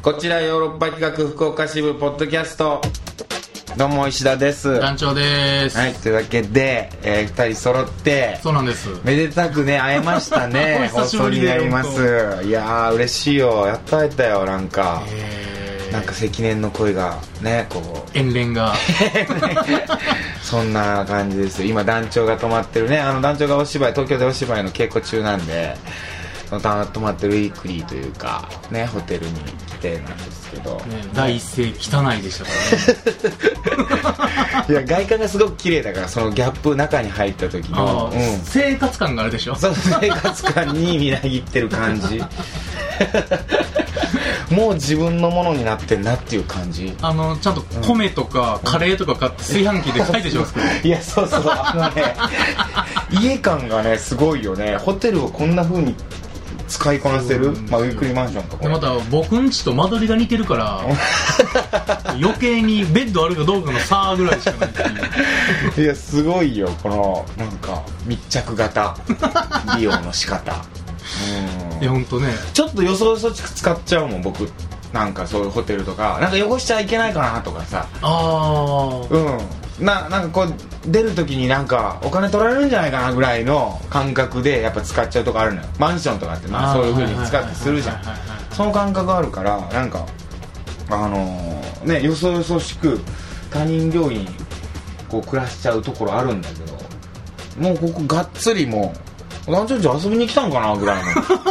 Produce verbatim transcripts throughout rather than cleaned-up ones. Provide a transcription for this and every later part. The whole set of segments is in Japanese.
こちらヨーロッパ企画福岡支部ポッドキャスト、どうも石田です。 団長です。 はい、というわけで、えー、ふたり揃ってそうなんです、 めでたくね会えましたねお久しぶりで放送になります。いやー嬉しいよ、やっと会えたよ。なんか、えー、なんか積年の恋がね、こう遠恋がそんな感じです。今団長が泊まってるね、あの団長がお芝居、東京でお芝居の稽古中なんで、その泊まってるウィークリーというかね、ホテルに来てなんですけど、ね、 第一声汚いでしたからねいや外観がすごく綺麗だから、そのギャップ、中に入った時の、 うん、生活感があるでしょ。 そう、生活感にみなぎってる感じもう自分のものになってんなっていう感じ。 あのちゃんと米とかカレーとか買って炊飯器で炊いてしますから、ね、 いやそうそう、あのね家感がねすごいよね。ホテルをこんな風に使いこなせる、まあ、ウィークリーマンションとかで、また僕んちと間取りが似てるから余計にベッドあるかどうかの差ぐらいしかないっていういやすごいよ、このなんか密着型利用の仕方うん、いやほんとね、 ちょっとよそよそ使っちゃうもん僕。なんかそういうホテルとかなんか汚しちゃいけないかなとかさ、 あうんな、なんかこう出るときになんかお金取られるんじゃないかなぐらいの感覚でやっぱ使っちゃうとこあるのよ。マンションとかってまあそういう風に使ってするじゃん。その感覚あるからなんかあのー、ねよそよそしく他人料理にこう暮らしちゃうところあるんだけど、もうここがっつりもう団長んち遊びに来たんかなぐらいの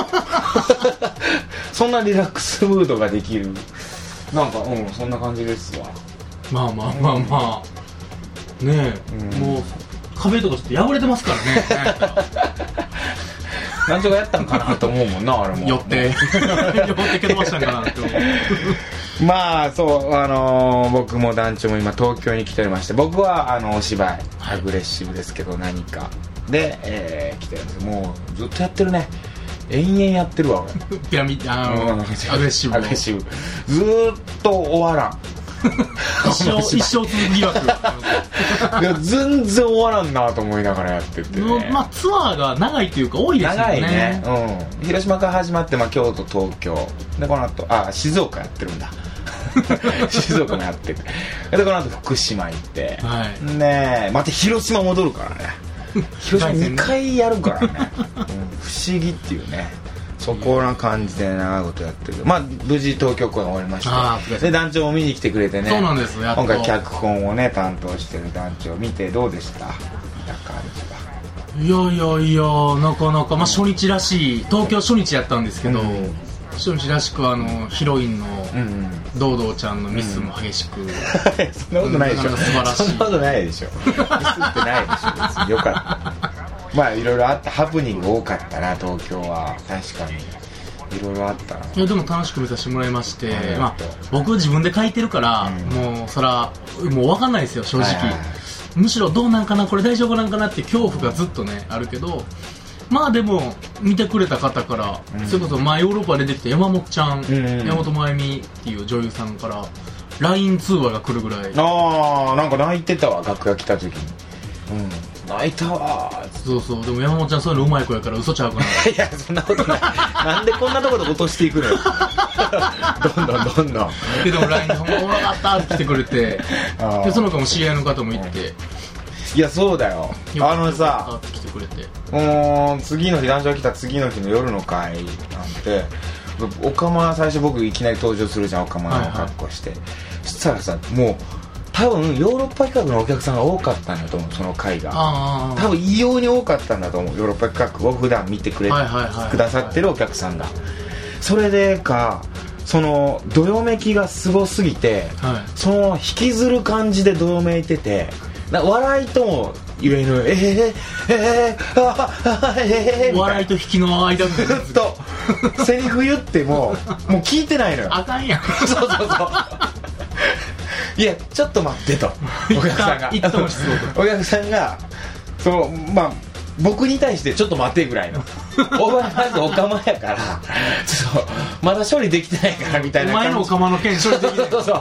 そんなリラックスムードができる、なんかうんそんな感じですわ。 まあまあまあまあねえ、うん、もう壁とかちょっと破れてますからね団長がやったんかなと思うもんな、あれも寄って寄って蹴飛ばしたんかなって思うまあそう、あのー、僕も団長も今東京に来ておりまして、僕はあのお芝居アグレッシブですけど何かで、えー、来てるんです。もうずっとやってるね、延々やってるわ俺ピラミッド、あの、うん、アグレッシブアグレッシブずーっと終わらん一生一生続く疑惑いや全然終わらんなと思いながらやってて、ね、 まあツアーが長いというか多いですよね。 長いね、うん、広島から始まって、まあ、京都東京でこの後あ静岡やってるんだ静岡もやってるでこの後福島行って、はい、ねえまた広島戻るからね広島にかいやるからね、うん、不思議っていうね、そこな感じで長いことやってる。まあ無事東京公演終わりまして、で団長も見に来てくれてね。 そうなんです、やっと今回脚本をね担当してる団長見てどうでした？見た感じは。いやいやいや、なかなか、まあ、初日らしい、東京初日やったんですけど、うん、初日らしくあのヒロインの堂々ちゃんのミスも激しく、うん、 そんなことないでしょ、素晴らしい、そんなことないでしょミスってないでしょ別に。よかったまあいろいろあった、ハプニング多かったな東京は。確かにいろいろあったな。 いやでも楽しく見させてもらいまして、まあ、僕自分で書いてるから、うん、もうそらもう分かんないですよ正直、はいはいはい、むしろどうなんかな、これ大丈夫なんかなって恐怖がずっとねあるけど、まあでも見てくれた方から、うん、それこそまあヨーロッパで出てきた山本ちゃん、うんうん、山本真由美っていう女優さんから ライン 通話が来るぐらい。 ああなんか泣いてたわ、楽屋来た時に、うん泣いたわ。 そうそう、でも山本ちゃんそういうのうまい子やから嘘ちゃうかないやそんなことないなんでこんなところで落としていくのよどんどんどんどんででも ライン で「ほんまおもろかった」って来てくれてでその他も知り合いの方も行って、 いやそうだよ、あのさ来てくれて、 もう次の日団長が来た次の日の夜の会なんて、オカマ最初僕いきなり登場するじゃん、オカマの格好して、はいはい、そしたらさもう多分ヨーロッパ企画のお客さんが多かったんだと思う、その回が多分異様に多かったんだと思う、ヨーロッパ企画を普段見てくれ、はいはいはいはい、くださってるお客さんが。それでかそのどよめきがすごすぎて、はい、その引きずる感じでどよめいてて、笑いとも言えぬえー、えー、ああえー、 笑いと引きの間ずっとセリフ言ってももう聞いてないのよ。 あかんやんそうそうそういやちょっと待ってとお客さんがお客さんがそのまあ僕に対してちょっと待ってぐらいのお前まずおかまやからちょっとまだ処理できてないからみたいな感じ。 お前のおかまの件処理できないそうそう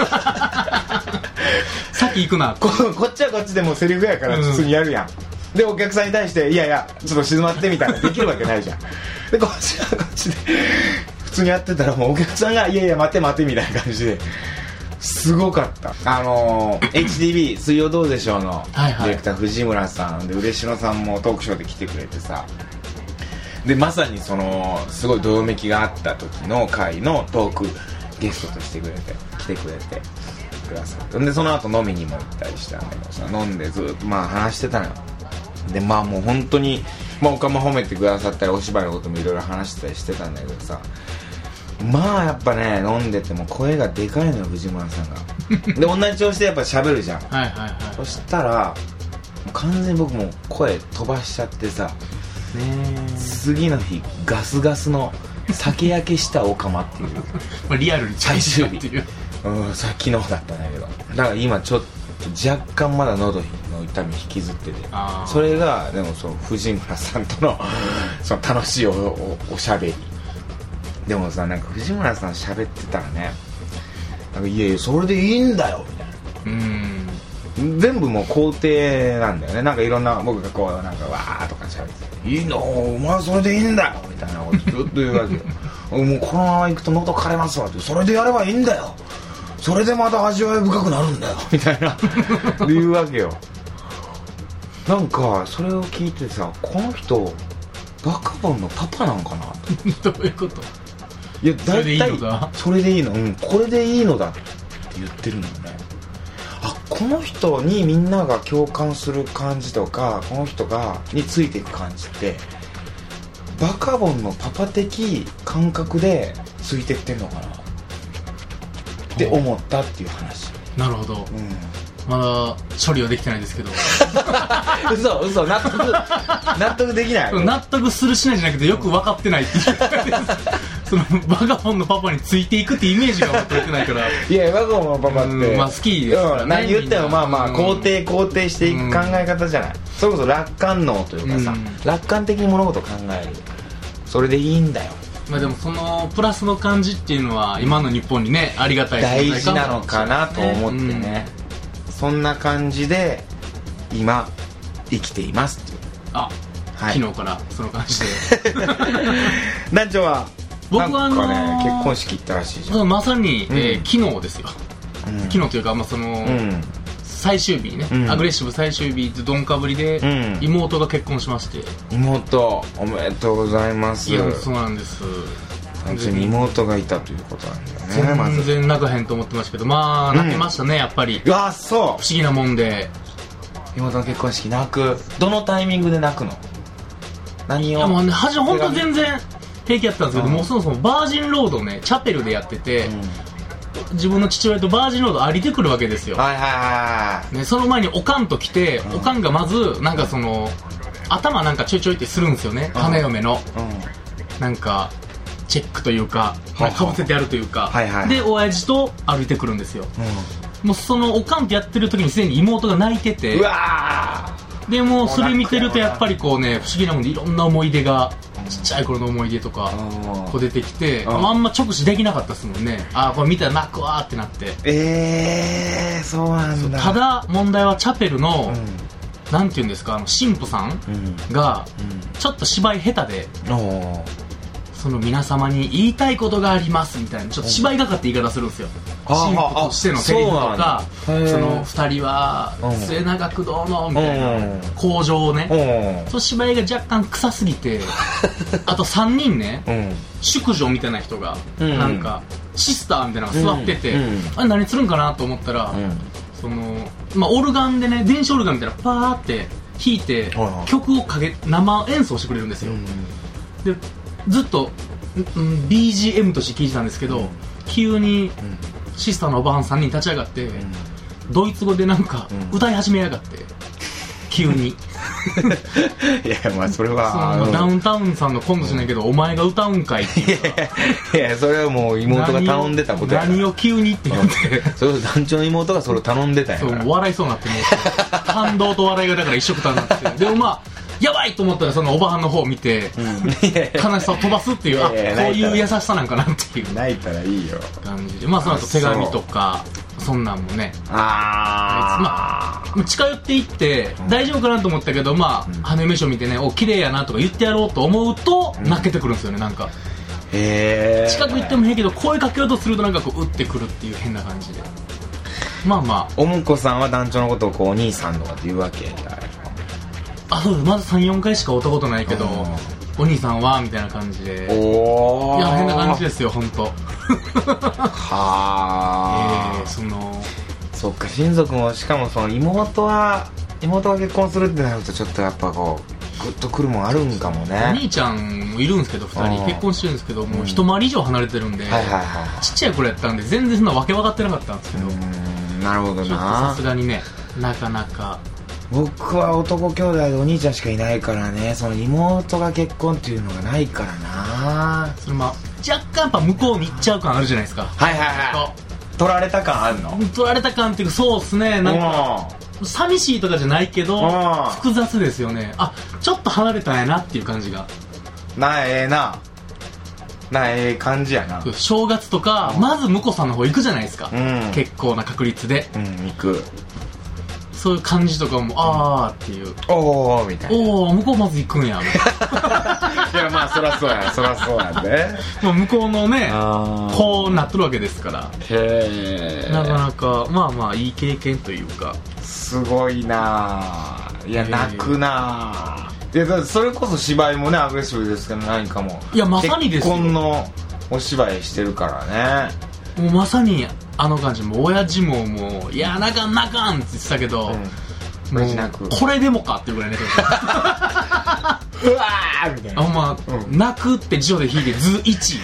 先行くなこ, こっちはこっちでもセリフやから普通にやるやん、うん、でお客さんに対していやいやちょっと静まってみたいなできるわけないじゃん。でこっちはこっちで普通にやってたらもうお客さんがいやいや待て待てみたいな感じですごかった。あのー、エイチディービー 水曜どうでしょうのディレクター藤村さんで嬉野さんもトークショーで来てくれてさ、でまさにそのすごいどよめきがあった時の回のトークゲストとしてくれて来てくれてくださって、でその後飲みにも行ったりしたんだけどさ、飲んでずっとまあ話してたのよ。でまあもう本当にまあおかま褒めてくださったりお芝居のこともいろいろ話してたりしてたんだけどさ、まあやっぱね飲んでても声がでかいのよ藤村さんがで同じ調子でやっぱ喋るじゃんはいはいはい、 そしたらもう完全に僕も声飛ばしちゃってさ、ね、次の日ガスガスの酒焼けしたオカマっていうまあリアルに最終日っていううんさ昨日だったんだけど、だから今ちょっと若干まだ喉の痛み引きずってて、それがでもその藤村さんとのその楽しい お, お, おしゃべりでもさ、なんか藤村さん喋ってたらね、なんかいやいやそれでいいんだよみたいな、うん全部もう肯定なんだよね。なんかいろんな僕がこうなんかわーとか喋っていいのお前それでいいんだよみたいなことずっと言うわけよもうこのまま行くと喉枯れますわって、それでやればいいんだよ、それでまた味わい深くなるんだよみたいな言うわけよ。なんかそれを聞いてさ、この人バカボンのパパなんかなとどういうこと？ いやそれでいいのか？ それでいいの、うん、これでいいのだって言ってるのよね。あ、この人にみんなが共感する感じとか、この人がについていく感じってバカボンのパパ的感覚でついてってんのかなって思ったっていう話。 なるほど、うん、まだ処理はできてないですけど嘘嘘納得納得できない。 納得するしないじゃなくてよく分かってないっていうそのバカボンのパパについていくってイメージが分かってないからいやバカボンのパパって、 まあ好きですからね、 うん、何言ってもまあまあ肯定肯定していく考え方じゃない、それこそ楽観能というかさ、楽観的に物事を考える、それでいいんだよ。 まあでもそのプラスの感じっていうのは今の日本にねありがたい大事なのかなと思ってね、うん、そんな感じで今生きていますっていう。 あ、はい、昨日からその感じで団長は僕はあのー、 なんかね結婚式行ったらしいじゃん。 まさに、うんえー、昨日ですよ、うん、昨日というか、まあその、うん最終日にね、うん、アグレッシブ最終日どんかぶりで、うん、妹が結婚しまして。 妹おめでとうございます。 いやそうなんです。 単純に妹がいたということなんだよね。 全然泣かへんと思ってましたけど、まあ泣けましたね、うん、やっぱり。 うわそう不思議なもんで妹の結婚式泣く。どのタイミングで泣くの？何を？ いやもうね初め本当全然平気やったんですけど、うん、もうそもそもバージンロードねチャペルでやってて、うん自分の父親とバージンロード歩いてくるわけですよ。 はいはいはい、 ね、その前におかんと来て、うん、おかんがまずなんかその頭なんかちょいちょいってするんですよね、うん、花嫁の、うん、なんかチェックというかかぶせてやるというか、はいはい、で親父と歩いてくるんですよ、うん、もうそのおかんってやってる時にすでに妹が泣いてて、 うわでもうそれ見てるとやっぱりこうね不思議なもんでいろんな思い出がちっちゃい頃の思い出とかこう出てきて、うん、あんま直視できなかったですもんね。あこれ見たら泣くわーってなって。 えーそうなんだ。 ただ問題はチャペルの、うん、なんていうんですかあの神父さんがちょっと芝居下手で、うんその皆様に言いたいことがありますみたいなちょっと芝居がかって言い方するんですよ、うん、神父としてのセリフとか そ, そのふたりは末永くどうのみたいな口上をね、うん、その芝居が若干臭すぎてあとさんにんね、うん、淑女みたいな人が、うん、なんかシスターみたいなのが座ってて、うんうん、あれ何するんかなと思ったら、うん、そのまあ、オルガンでね電子オルガンみたいなパーって弾いて、うん、曲をかけ生演奏してくれるんですよ、うん、でずっと、うん、ビージーエム として聴いてたんですけど、うん、急にシスターのおばはんさんにん立ち上がって、うん、ドイツ語でなんか歌い始めやがって、うん、急にいやまあそれはそのダウンタウンさんのコントじゃないけど、うん、お前が歌うんかいっていうかいやそれはもう妹が頼んでたことや何を急にって言ってそれ団長の妹がそれを頼んでたんやからそう笑いそうになってもう感動と笑いがだから一緒くたになってでもまあやばいと思ったらそのおばはんの方を見て、うん、悲しさを飛ばすっていうあこういう優しさなんかなっていう泣いたらいいよ感じでまあその後手紙とかそんなんもねあまあ近寄っていって大丈夫かなと思ったけどまあ、うん、花嫁衣装見てねお綺麗やなとか言ってやろうと思うと、うん、泣けてくるんですよねなんかへー、 近く行ってもへんけど声かけようとするとなんかこう打ってくるっていう変な感じで、まあまあおむこさんは団長のことをこうお兄さんとかって言うわけ？ あ、そうです。まず さん,よん 回しか会ったことないけど、お兄さんはみたいな感じで、 おー、 いや変な感じですよ本当。 はー、 えー、そのそっか、親族もしかもその妹は妹が結婚するってなるとちょっとやっぱこうグッとくるもんあるんかもね。 お兄ちゃんもいるんですけどふたりうん結婚してるんですけど、もう一回り以上離れてるんで、 はいはいはい、 ちっちゃい頃やったんで全然そんなわけ分かってなかったんですけど、 うーん、なるほどちょっとさなす。がにねなかなか。 僕は男兄弟でお兄ちゃんしかいないからね、その妹が結婚っていうのがないからな。 それまあ若干やっぱ向こうに行っちゃう感あるじゃないですか。 はいはいはい、取られた感あるの？ 取られた感っていうか、そうっすね、なんか寂しいとかじゃないけど複雑ですよね。あ、ちょっと離れたんやなっていう感じがな。ええななええ感じやな。 正月とかまず婿さんの方行くじゃないですか、 うん、 結構な確率で、 うん、行く。 そういう感じとかもあーっていう、 おーみたいな、 おー向こうまず行くんやいやまあそらそうやそらそうやで、 まあ向こうのねこうなってるわけですから、 へえ、 なかなかまあまあいい経験というか。 すごいな。いや泣くな。いやだってそれこそ芝居もねアグレッシブですけど、何かもいやまさにですよ、 結婚のお芝居してるからね。 もうまさにあの感じ、もう親父ももういや泣かん泣かんって言ってたけど、うん、もうこれでもかっていうぐらい寝てましたうわーみたいな。 あ、まあ、うん、泣くって辞書で引いて図いち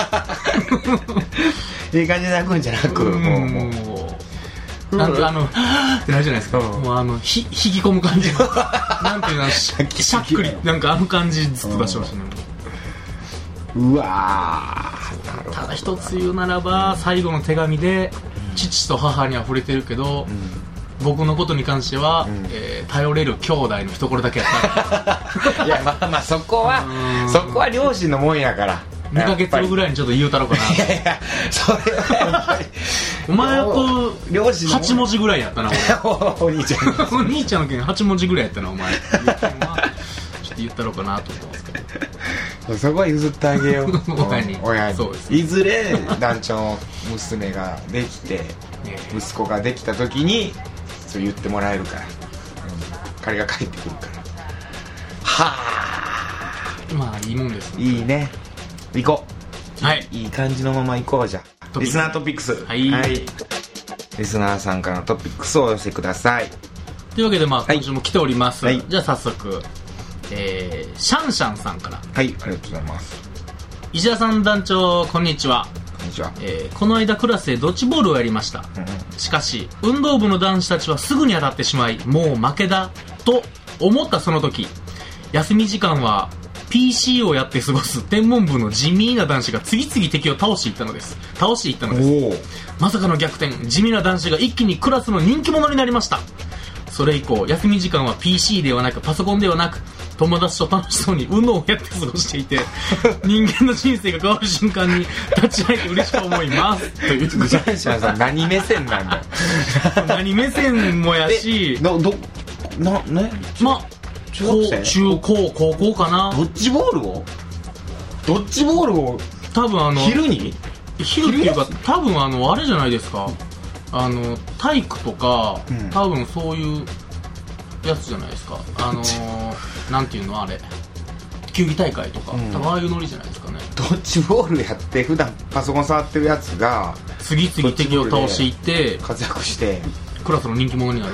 いい感じで泣くんじゃなく、うん、もうもうなんかあのはぁってなるじゃないですか、うん、もうあのひ引き込む感じなんていうのしゃっくりなんかあの感じずっと出してましたね、 うん、うわー。 ただ一つ言うならば、うん、最後の手紙で、うん、父と母には触れてるけど、うん、僕のことに関しては、うんえー、頼れる兄弟の一言だけやったいやまあまあそこはそこは両親のもんやから、 にかげつごぐらいにちょっと言うたろうかな。いやいやそれはやっぱりお前とはち文字ぐらいやったなお兄ちゃんお兄ちゃんの件はち文字ぐらいやったなお前ちょっと言ったろうかなと思ってますけど、 そこは譲ってあげよう親に親に。 そうです。 いずれ団長の娘ができて息子ができた時にそう言ってもらえるから、うん、彼が帰ってくるから。はあまあいいもんですね。 いいね、行こう。 はい、 いい感じのまま行こう。じゃあリスナートピックス、 はい、はい、 リスナーさんからのトピックスをお寄せください。 というわけでまあ今週も来ております、 はい、 じゃあ早速、えー、シャンシャンさんから。 はい、ありがとうございます。 石田さん団長こんにちは。 こんにちは。 えー、この間クラスでドッジボールをやりました、うんうん、しかし運動部の男子たちはすぐに当たってしまい、もう負けだと思ったその時、休み時間は ピーシー をやって過ごす天文部の地味な男子が次々敵を倒していったのです倒していったのですまさかの逆転、地味な男子が一気にクラスの人気者になりました。それ以降休み時間は ピーシー ではなくパソコンではなく友達と楽しそうに ウノ をやって過ごしていて人間の人生が変わる瞬間に立ち会えて嬉しく思いますというジャンシャンさん何目線なんだ何目線もやしどどなねま中学中高高校かな。 ドッジボールをドッジボールを多分あの昼に昼っていうか多分あのあれじゃないですか、あの体育とか、うん、多分そういうやつじゃないですか、あのー、なんていうのあれ球技大会とか、うん、多分ああいうノリじゃないですかね。 ドッジボールやって普段パソコン触ってるやつが次々敵を倒していって活躍してクラスの人気者になる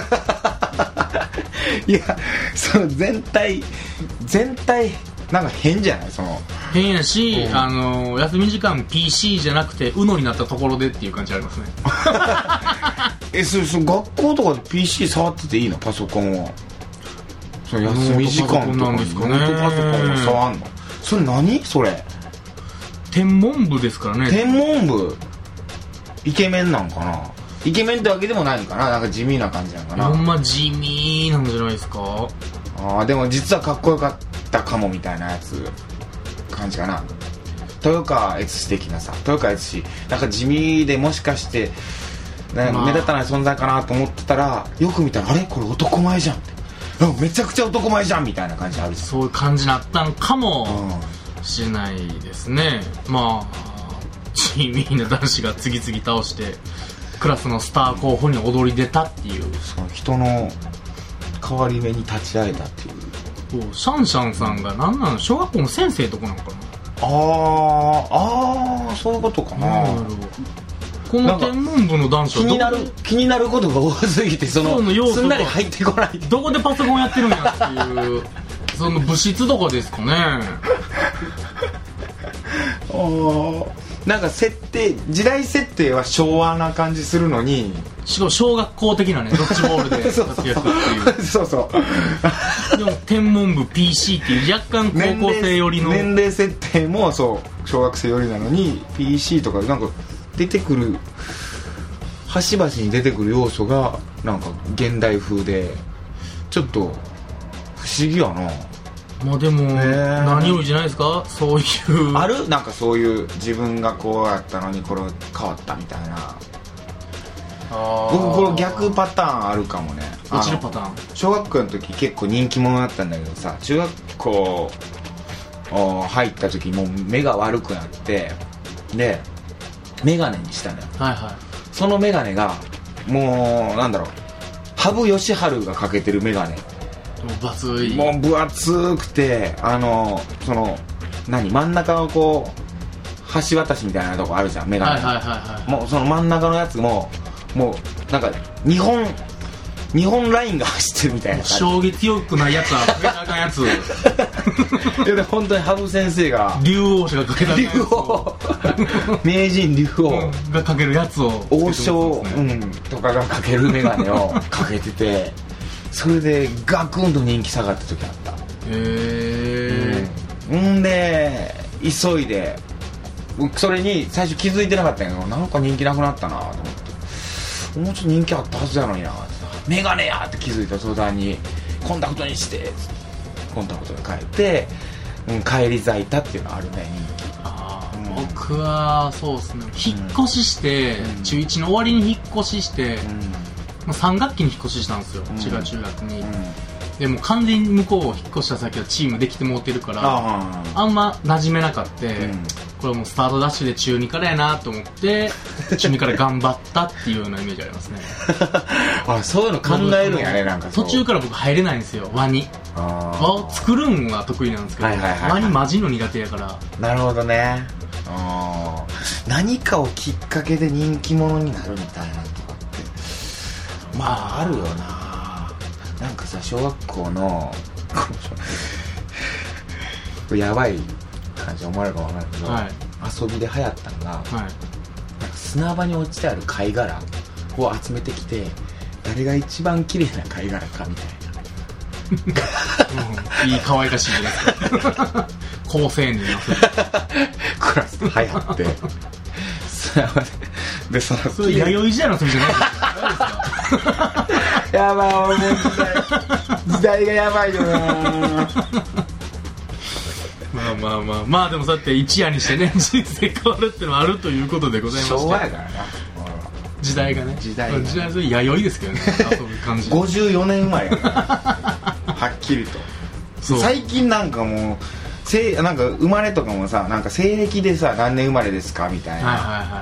っていういやその全体全体なんか変じゃない、その変やし、うん、あの休み時間 ピーシー じゃなくて ウノ になったところでっていう感じありますねえそそ学校とかで ピーシー 触ってていいの、パソコンは。その休み時間とかにノートパソコンを触んの、それ何それ天文部ですからね。 天文部イケメンなんかな。イケメンってわけでもないのかな、なんか地味な感じなのかな。 ほんま地味なんじゃないですか。 ああでも実はかっこよかったかもみたいなやつ感じかな。豊川悦司的なさ、豊川悦司なんか地味でもしかしてなんか目立たない存在かなと思ってたら、よく見たらあれこれ男前じゃんって、めちゃくちゃ男前じゃんみたいな感じある。 そういう感じになったんかもしないですね。まあ地味な男子が次々倒してクラスのスター候補に躍り出たっていう、 その人の変わり目に立ち会えたっていう。 シャンシャンさんが何なの、小学校の先生とこなのかな。 あーあー、そういうことかな。 この天文部の男子は気になる気になることが多すぎて、そのすんなり入ってこない。 どこでパソコンやってるんやっていうその物質とかですかね。 なんか設定、時代設定は昭和な感じするのに、 しかも小学校的なね、ドッジボールで活躍っていうそうそうでも天文部 ピーシー っていう若干高校生寄りの年齢設定もそう小学生寄りなのに ピーシー とかなんか出てくる端々に出てくる要素がなんか現代風でちょっと不思議やな。 まあでも何よりじゃないですか、そういうあるなんかそういう自分がこうやったのにこれ変わったみたいな。 あ僕この逆パターンあるかもね。 落ちるパターン。 小学校の時結構人気者だったんだけどさ、中学校入った時もう目が悪くなってでメガネにしたのよ。 はいはい。 そのメガネがもうなんだろう、羽生善治がかけてるメガネ、 分厚い、 もう分厚くて、あのその何真ん中のこう橋渡しみたいなとこあるじゃんメガネ、 はいはいはいはい、 もうその真ん中のやつももうなんか日本日本ラインが走ってるみたいな感じ。 衝撃強くないやつはかけたらあかんやついやで本当に羽生先生が竜王氏がかけたやつ竜王名人竜王がかけるやつを王将、ね、うん、とかがかけるメガネをかけててそれでガクンと人気下がった時あった。へえー、うん、んで急いでそれに最初気づいてなかったんやけどなんか人気なくなったなと思って、もうちょっと人気あったはずやのになって、メガネやって気づいた途端にコンタクトにしてコンタクトで変えて、うん、帰り咲いたっていうのはあるね、人気。 あ、うん、僕はそうですね、引っ越しして、うん、中いちの終わりに引っ越しして、うん、まあ、さん学期に引っ越ししたんですよ、うん、違う中学に、うん、でも完全に向こうを引っ越した先はチームできてもうてるから あ, あんま馴染めなかった、うん、これもうスタートダッシュで中にからやなと思って中にから頑張ったっていうようなイメージありますねあ、そういうの考えるんやね。なんか途中から僕入れないんですよ、輪に。輪を作るんは得意なんですけど、はいはいはいはい、輪に混じるの苦手やから。 なるほどね。あ、何かをきっかけで人気者になるみたいなとかってまああるよな。なんかさ、小学校のやばい感じ思われるか分からないけど、はい、遊びで流行ったのが、はい、なんか砂場に落ちてある貝殻を集めてきて誰が一番綺麗な貝殻かみたいな、 うん、いい可愛らしいじゃないですか高青年のクラスで流行って砂場ででそのそれ弥生時代の遊びじゃないですかやばい、もう時代時代がやばいよなまあまあまあまあ、でもそうやって一夜にしてね人生変わるっていうのはあるということでございまして、 昭和やからな、 時代がね、 時代がね、 時代は弥生ですけどね遊ぶ感じごじゅうよねん生まれやからはっきりと最近なんかもうせなんか生まれとかもさ、なんか西暦でさ何年生まれですかみたいな、はいはいはいはい、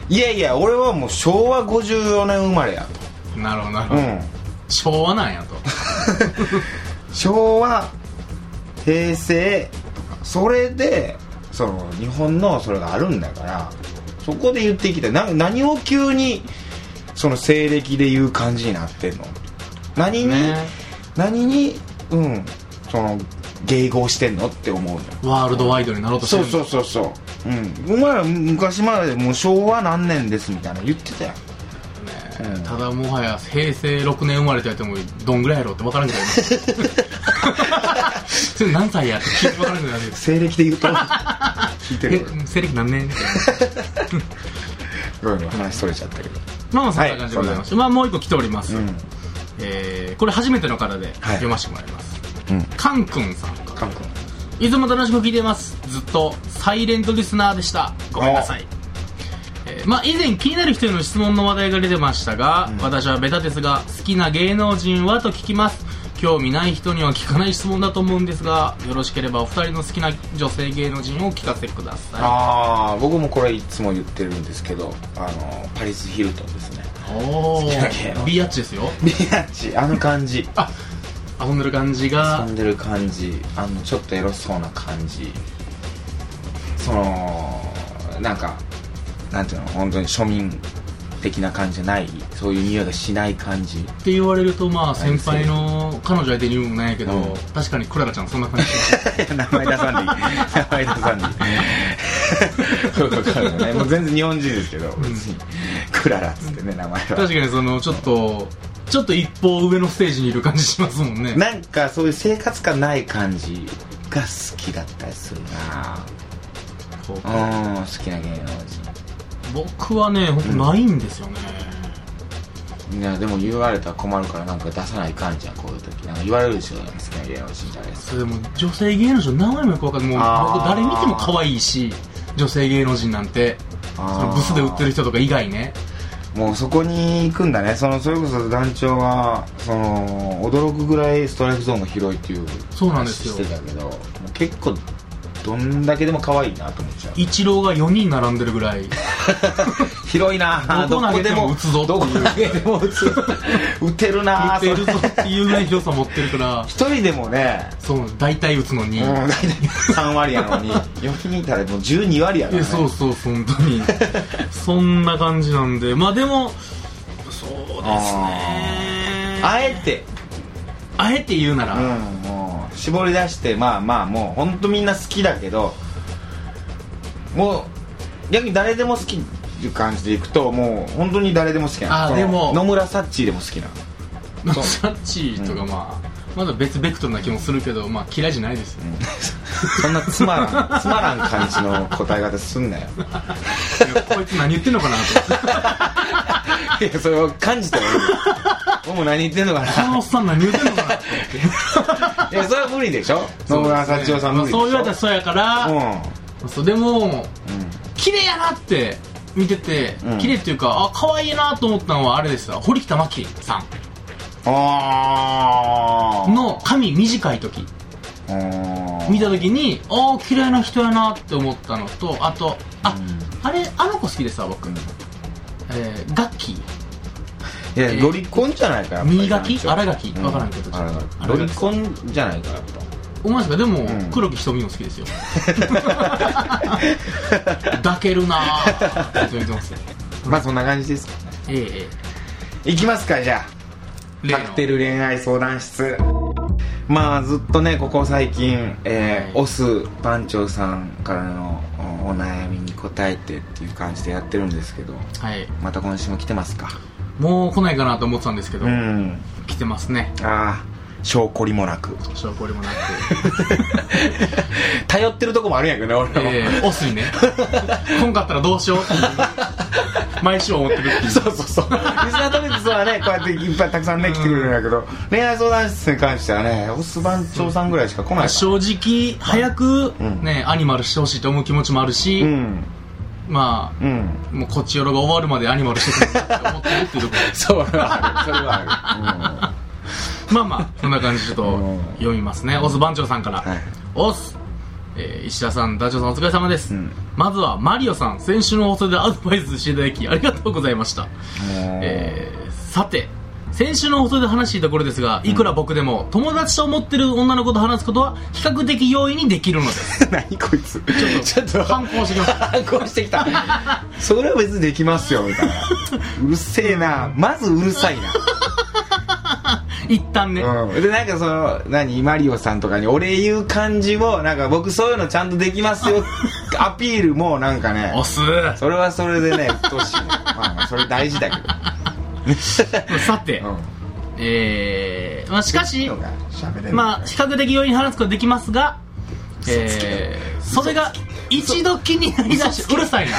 いやいや俺はもう昭和ごじゅうよねん生まれやと。なるほどなるほど、うん、昭和なんやと昭和平成とかそれでその日本のそれがあるんだからそこで言っていきたい。な何を急にその西暦で言う感じになってんの、何に、ね、何にうんその迎合してんのって思うの。 ワールドワイドになろうとしてる。 そうそうそうそう、うん、お前ら昔までもう昭和何年ですみたいな言ってたよ、ね、 うん、ただもはや平成ろくねん生まれとやってもどんぐらいやろうって分からんくなりますそれ何歳やって聞いて分からんくなる西暦で言うと聞いてる西暦何年みたいなごめん話それちゃったけど、 まあまあそんな感じでございまして、はい、まあもう一個来ております、うん、えー、これ初めての方で読ませてもらいます、はい、うん、カン君さん。 カン君、 いつも楽しく聞いてます。ずっとサイレントリスナーでした。ごめんなさい。えー、まあ以前気になる人への質問の話題が出てましたが、うん、私はベタですが好きな芸能人はと聞きます。 興味ない人には聞かない質問だと思うんですが、よろしければお二人の好きな女性芸能人を聞かせてください。 ああ、僕もこれいつも言ってるんですけど、あのパリス・ヒルトンですね。 お好きな芸能ビアッチですよ。 ビアッチ、あの感じ、 あ、遊んでる感じが、 遊んでる感じ、あのちょっとエロそうな感じ、そのなんかなんていうの、本当に庶民的な感じじゃない、そういう匂いがしない感じって言われると、まあ先輩の彼女相手に言うもないけど、うん、確かにクララちゃんそんな感じします名前出さんでいい名前出さんでいいそうかかるね、もう全然日本人ですけど、うん、別にクララっつってね、名前は確かにそのちょっとちょっと一歩上のステージにいる感じしますもんね。 なんかそういう生活感ない感じが好きだったりするな。そうか、うん、好きな芸能人僕はね、ほんとないんですよね、 うん、いやでも言われたら困るからなんか出さないかんじゃん、こういう時なんか言われるでしょ、好きな芸能人じゃないですか。 それでも女性芸能人の名前もよく分かる、もう僕誰見ても可愛いし、女性芸能人なんてそのブスで売ってる人とか以外ね、 もうそこに行くんだね。そのそれこそ団長はその驚くぐらいストライクゾーンが広いっていう話してたけど、もう結構どんだけでも可愛いなと思っちゃう。 イチローがよにん並んでるぐらい広いな、 どこ投げても打つぞっていう、どこ投げても打つ打てるな、 打てるぞっていうぐらい広さ持ってるから一人でもね、 そう大体打つのに、 うん、大体さん割やのによにんいたらもうじゅうに割やからね。 そうそうそう、本当にそんな感じなんで、まあでもそうですね、 あえてあえて言うなら、 うん、もう絞り出して、まあまあもう本当みんな好きだけど、もう逆に誰でも好きっていう感じでいくと、もう本当に誰でも好きなの。 あでも野村サッチーでも好きなの。 サッチーとかまあ、うん、まだ別ベクトルな気もするけど、まあ嫌いじゃないですよ、うん、 そんなつまらんつまらん感じの答え方すんなよこいつ何言ってんのかなといやそれを感じたらいいよもう何言ってんのかな、 このおっさん何言ってんのかなっていやそれは無理でしょ、野村幸男さん無理でしょ、 そう言われたらそうやから、うん、そうでも、うん、綺麗やなって見てて、うん、綺麗っていうか、あ可愛いなと思ったのはあれですよ、堀北真希さんあの髪短い時見た時に、あ綺麗な人やなって思ったのと、あとあ、うん、あれあの子好きですわ僕、うん、えー、ガッキー、 いや、えー、ロリコンじゃないか、 右ガキ荒ガキ分からんけど、 ロリコンじゃないかやっぱ。 お前ですか、でも、うん、黒木瞳も好きですよ抱けるなーって言ってますよまあそんな感じですかね。 ええええ、いきますか、じゃあカクテル恋愛相談室。まあずっとねここ最近、えーはい、オス番長さんからのお悩みに答えてっていう感じでやってるんですけど、 はい、 また今週も来てますか。 もう来ないかなと思ってたんですけど、 うん、 来てますね。 ああ、証拠りもなく証拠りもなく頼ってるとこもあるんやけどね俺は、 えー、オスにね来んかったらどうしようって毎週思ってるっていう。 そうそうそうリスナートピックスはねこうやっていっぱいたくさんね来てくれるんやけど、恋愛相談室に関してはねオス番長さんぐらいしか来ないから、 正直早くね、うん、アニマルしてほしいと思う気持ちもあるし、うん、まあ、うん、もうこっちよろが終わるまでアニマルしてくれって思ってるっていうところそれはある、それはある、 うん、まあまあそんな感じでちょっと読みますね。オス番長さんから、はい、オス、えー、石田さん、ダチョウさんお疲れ様です、うん、まずはマリオさん、先週の放送でアドバイスしていただきありがとうございました、えー、さて先週の放送で話していた頃ですが、いくら僕でも友達と思ってる女の子と話すことは比較的容易にできるのです何こいつちょっと反抗してきました反抗してきたそれは別にできますよみたいなうるせえな、まずうるさいな一旦ね、 うん、でなんかその何マリオさんとかに俺言う感じをなんか僕そういうのちゃんとできますよアピールもなんかね押すそれはそれでねうっとうしい、まあまあそれ大事だけどさて、うん、えー、まあしかしまあ比較的容易に話すことができますが、えー、それが一度気になりだしうるさいな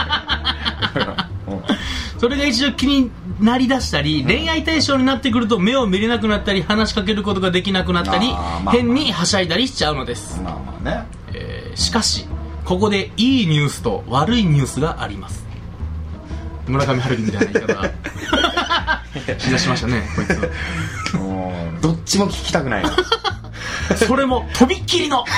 それが一度気になりだしたり、恋愛対象になってくると目を見れなくなったり話しかけることができなくなったり、まあまあ、変にはしゃいだりしちゃうのです、まあまあね、えー、しかしここでいいニュースと悪いニュースがあります。村上春樹みたいな言い方しだしましたねこいつどっちも聞きたくないのそれもとびっきりの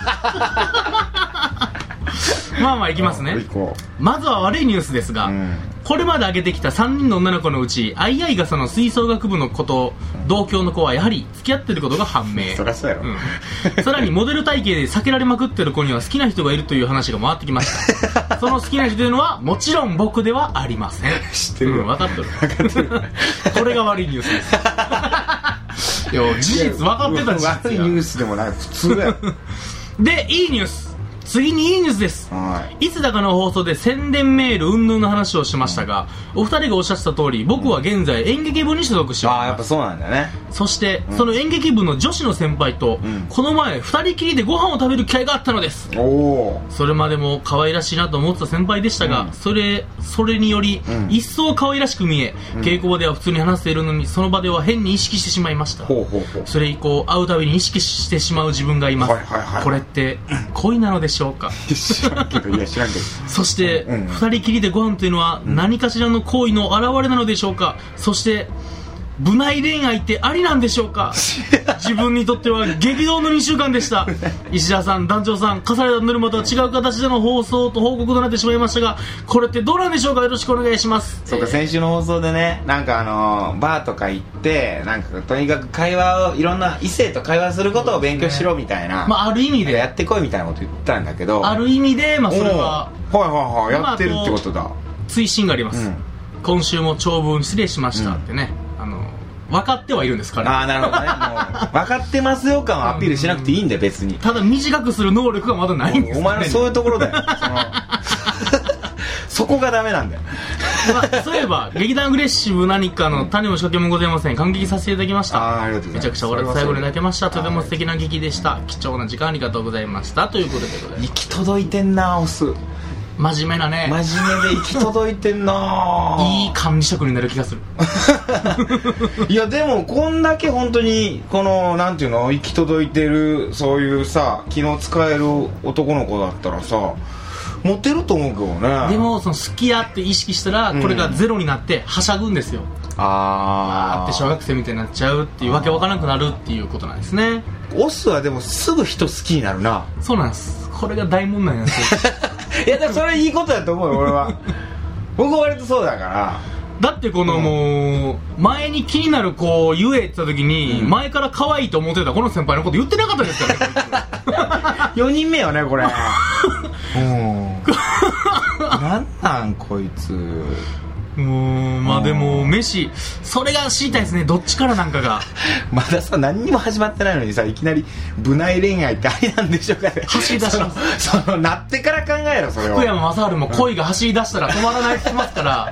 まあまあいきますね。まずは悪いニュースですが、うん、これまで挙げてきたさんにんの女の子のうち相合い傘の吹奏楽部の子と同郷の子はやはり付き合ってることが判明。 そりゃそうやろ、 うん、さらにモデル体型で避けられまくってる子には好きな人がいるという話が回ってきましたその好きな人というのはもちろん僕ではありません。 知ってるよ、 うん、分かってる分かってるこれが悪いニュースですいや事実分かってた事実や。 悪いニュースでもない、普通やでいいニュース、次にいいニュースです。いつだかの放送で宣伝メール云々の話をしましたが、うん、お二人がおっしゃってた通り僕は現在演劇部に所属しております。 ああ、やっぱそうなんだね。 そして、うん、その演劇部の女子の先輩と、うん、この前二人きりでご飯を食べる機会があったのです。おそれまでも可愛らしいなと思ってた先輩でしたが、うん、それそれにより、うん、一層可愛らしく見え、うん、稽古場では普通に話しているのにその場では変に意識してしまいました。ほうほうほう。それ以降会うたびに意識してしまう自分がいます、はいはいはい、これって恋なのでしょうか知らんけど、いや知らんけどそして、うん、二人きりでご飯というのは何かしらの行為の表れなのでしょうか。そして部内恋愛ってありなんでしょうか自分にとっては激動のにしゅうかんでした石田さん、団長さん、課されたノルマとは違う形での放送と報告となってしまいましたが、これってどうなんでしょうか。よろしくお願いします。 そうか、先週の放送でね、なんかあのー、バーとか行ってなんかとにかく会話を、いろんな異性と会話することを勉強しろみたいな、 まあ、ある意味でやってこいみたいなこと言ったんだけど、 ある意味で、まあ、それははいはいはい、やってるってことだ。 追伸があります、うん、今週も長文失礼しましたってね、うん、あの分かってはいるんですから。 ああ、なるほどね。もう分かってますよ感をアピールしなくていいんだよ別に。 ただ短くする能力がまだないんです、ね、 お前のそういうところだよそのそこがダメなんだよ、 まあ、そういえば劇団アグレッシブ何かの種も仕掛けもございません、感激させていただきました。 ああ、ありがとうございます。 めちゃくちゃ俺最後に泣けました。とても素敵な劇でした。貴重な時間ありがとうございましたということでございます。 行き届いてんなオス。 真面目なね、 真面目で行き届いてんないい管理職になる気がするいやでもこんだけ本当にこのなんていうの、行き届いてるそういうさ気の使える男の子だったらさモテると思うけどね。 でもその好きやって意識したらこれがゼロになってはしゃぐんですよ、うん、あーって小学生みたいになっちゃうっていうわけわからなくなるっていうことなんですね。 オスはでもすぐ人好きになるな。 そうなんです、これが大問題なんですよいやでもそれいいことだと思うよ俺は僕は割とそうだから。 だってこの、うん、もう前に気になる子言えって言った時に、うん、前から可愛いと思ってたこの先輩のこと言ってなかったですからねよにんめよねこれうんなんなんこいつ。 うーん、まあでも飯それが知りたいですね、どっちからなんかがまださ何にも始まってないのにさいきなり部内恋愛ってありなんでしょうかね。 走り出します。 そのそのなってから考えろそれを。 福山雅治も恋が走り出したら止まらないって言ってますから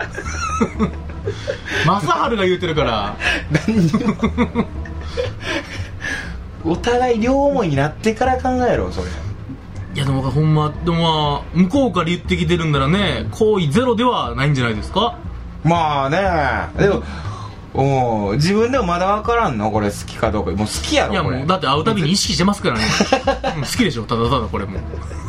雅治が言うてるから何にもお互い両思いになってから考えろそれ。 いやでもほんまでもまあ向こうから言ってきてるんだらね、好意ゼロではないんじゃないですか。 まあね、でもお自分でもまだ分からんのこれ好きかどうか。もう好きやろ。 いやこれもうだって会うたびに意識してますからね、うん、好きでしょただただこれも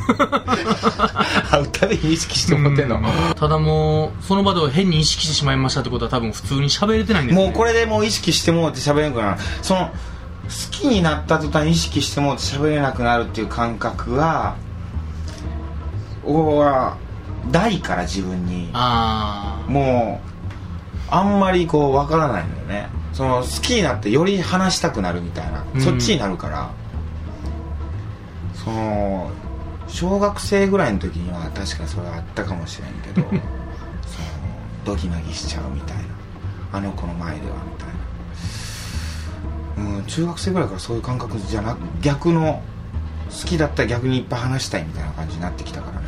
会うたびに意識して思ってんの、うん、 ただもうその場では変に意識してしまいましたってことは多分普通に喋れてないんですね。 もうこれでもう意識してもうって喋れんくなる。その好きになった途端意識してもうって喋れなくなるっていう感覚が俺は大から自分にあもうあんまりこう分からないのよね。その好きになってより話したくなるみたいな、うん、そっちになるから。その小学生ぐらいの時には確かにそれはあったかもしれんけどそのドギマギしちゃうみたいな、あの子の前ではみたいな、うん、中学生ぐらいからそういう感覚じゃなく逆の好きだったら逆にいっぱい話したいみたいな感じになってきたからね。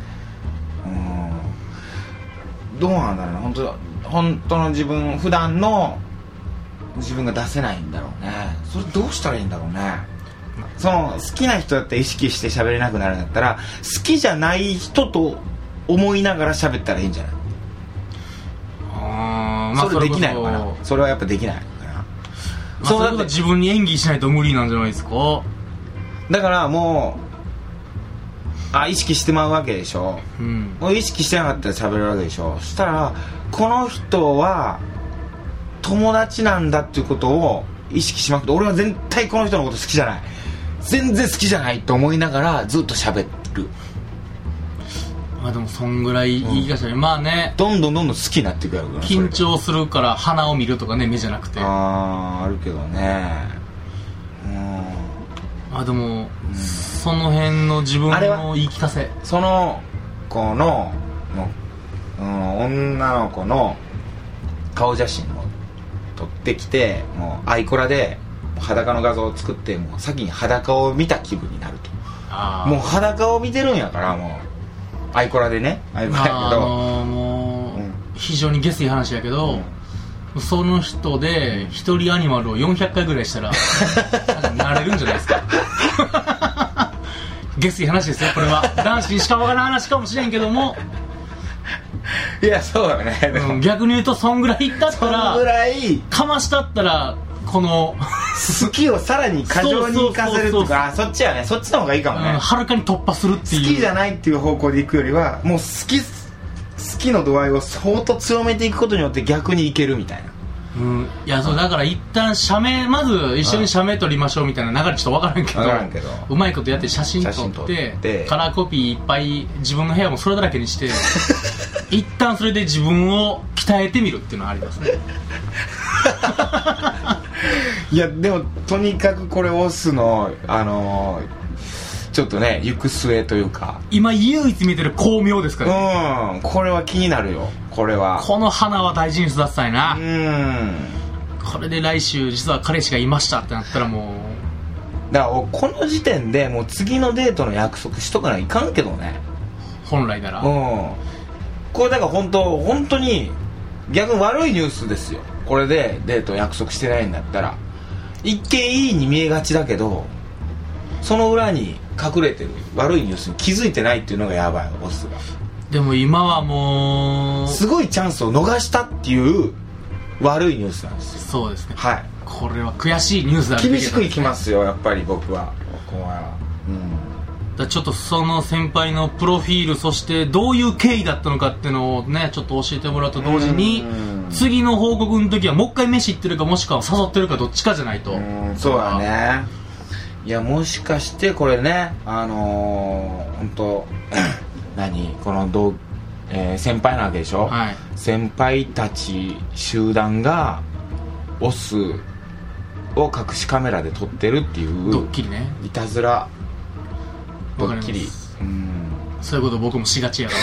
うん、どうなんだろうね、本当本当の自分普段の自分が出せないんだろうね。それどうしたらいいんだろうね。その好きな人だって意識して喋れなくなるんだったら好きじゃない人と思いながら喋ったらいいんじゃない。あ、まあ、それできないのかな。それはやっぱできないのかな、まあ、そうだって自分に演技しないと無理なんじゃないですか。 だからもうあ意識してまうわけでしょ、うん、もう意識してなかったら喋るわけでしょ。そしたらこの人は友達なんだっていうことを意識しまくって俺は絶対この人のこと好きじゃない全然好きじゃないと思いながらずっと喋る。 まあでもそんぐらいいいかしらね、うん、まあねどんどんどんどん好きになっていくやろうな。 緊張するから鼻を見るとかね目じゃなくてあああるけどね。 うんあでも、うん、その辺の自分の言い聞かせその子のの、うん、女の子の顔写真を撮ってきてもうアイコラで裸の画像を作ってもう先に裸を見た気分になると。あもう裸を見てるんやからもうアイコラでねアイコラやけど、あのー、もう、うん、非常にゲスい話やけど、うん、その人で一人アニマルをよんひゃっかいぐらいしたらなれるんじゃないですか。ゲスい話ですよこれは。男子にしかわからない話かもしれんけどもいやそうだね、 うん、逆に言うとそんぐらいいったったらそんぐらいかましたったらこの好きをさらに過剰にいかせるとか、そっちやね、そっちの方がいいかもね。 はるかに突破するっていう。 好きじゃないっていう方向でいくよりはもう好き好きの度合いを相当強めていくことによって逆にいけるみたいな。 うん、いやそうだから一旦写メまず一緒に写メ撮りましょうみたいな流れちょっと分からんけど、 からんけどうまいことやって写真撮ってってカラーコピーいっぱい自分の部屋もそれだらけにして一旦それで自分を鍛えてみるっていうのはありますね。 いやでもとにかくこれオスのあのーちょっとね行く末というか今唯一見てる巧妙ですからね。 うんこれは気になるよ。これはこの花は大事に育てたいな。 うんこれで来週実は彼氏がいましたってなったらもうだからこの時点でもう次のデートの約束しとかないかんけどね本来なら。 うんこれだから本当本当に逆に悪いニュースですよ。これでデート約束してないんだったら一見いいに見えがちだけどその裏に隠れてる悪いニュースに気づいてないっていうのがやばいボスが。 でも今はもうすごいチャンスを逃したっていう悪いニュースなんですよ。 そうですね。 はいこれは悔しいニュースだ。 厳しくいきますよやっぱり僕はここは、うん、 だちょっとその先輩のプロフィールそしてどういう経緯だったのかっていうのをねちょっと教えてもらうと同時に次の報告の時はもう一回飯行ってるかもしくは誘ってるかどっちかじゃないと。 うんそうだね。いやもしかしてこれねあのー、本当何この同、えー、先輩なわけでしょ、はい、先輩たち集団がオスを隠しカメラで撮ってるっていうドッキリね。 いたずらドッキリ。うんそういうこと僕もしがちや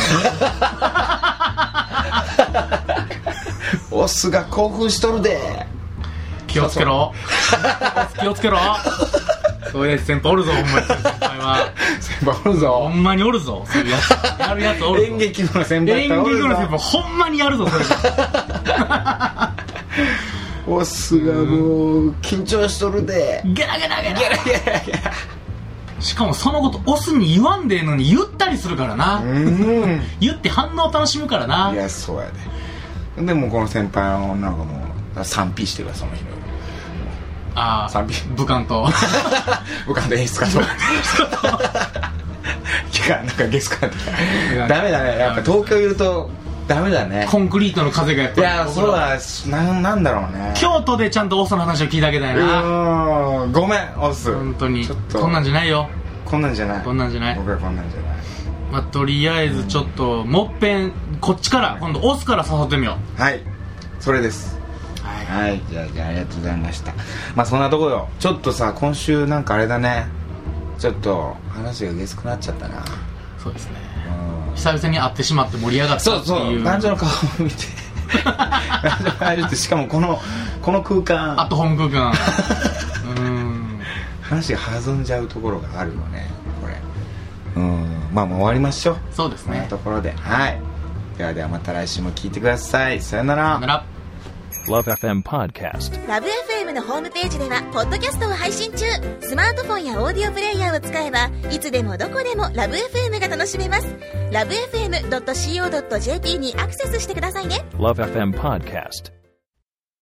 からオスが興奮しとるで気をつけろ気をつけろそういう先輩おるぞほんまに。先輩は先輩おるぞほんまにおるぞそういうやつやるやつおるぞ。 演劇部の先輩演劇部の先輩ほんまにやるぞそれ。 オスがもう緊張しとるでゲラゲラゲラゲラゲラゲラ。しかもそのことオスに言わんでえのに言ったりするからな。うん言って反応楽しむからな。 いやそうやで。でもこの先輩の女の子も スリーピー してるわその日の。 ああ武漢と武漢と演出家といやなんかゲスかってダメだねやっぱ東京いるとダメだね。 コンクリートの風がやっぱり。 いやそうだ な, なんだろうね京都でちゃんとオスの話を聞いてあげたいな。 うんごめんオス本当にちょっとこんなんじゃないよ。 こんなんじゃないこんなんじゃない僕はこんなんじゃない。 まあとりあえずちょっと、うん、もっぺんこっちから今度オスから誘ってみよう。はいそれです。はい、はい、じゃあじゃあありがとうございました。まあそんなとこよ。ちょっとさ今週なんかあれだねちょっと話がゲスくなっちゃったな。 そうですね、うん、久々に会ってしまって盛り上がったっていう。 そうそう男女の顔を見て男女の顔を見てしかもこのこの空間アットホーム空間うん話が弾んじゃうところがあるよねこれ。うんまあもう終わりましょう。 そうですねこんなところではいではではまた来週も聞いてください。さよなら。 さよなら。 Love エフエム Podcast。 ラブ エフエム のホームページではポッドキャストを配信中。スマートフォンやオーディオプレイヤーを使えばいつでもどこでもラブ エフエム が楽しめます。ラブ エフエムドットシーオードットジェーピー にアクセスしてくださいね。 Love エフエム Podcast。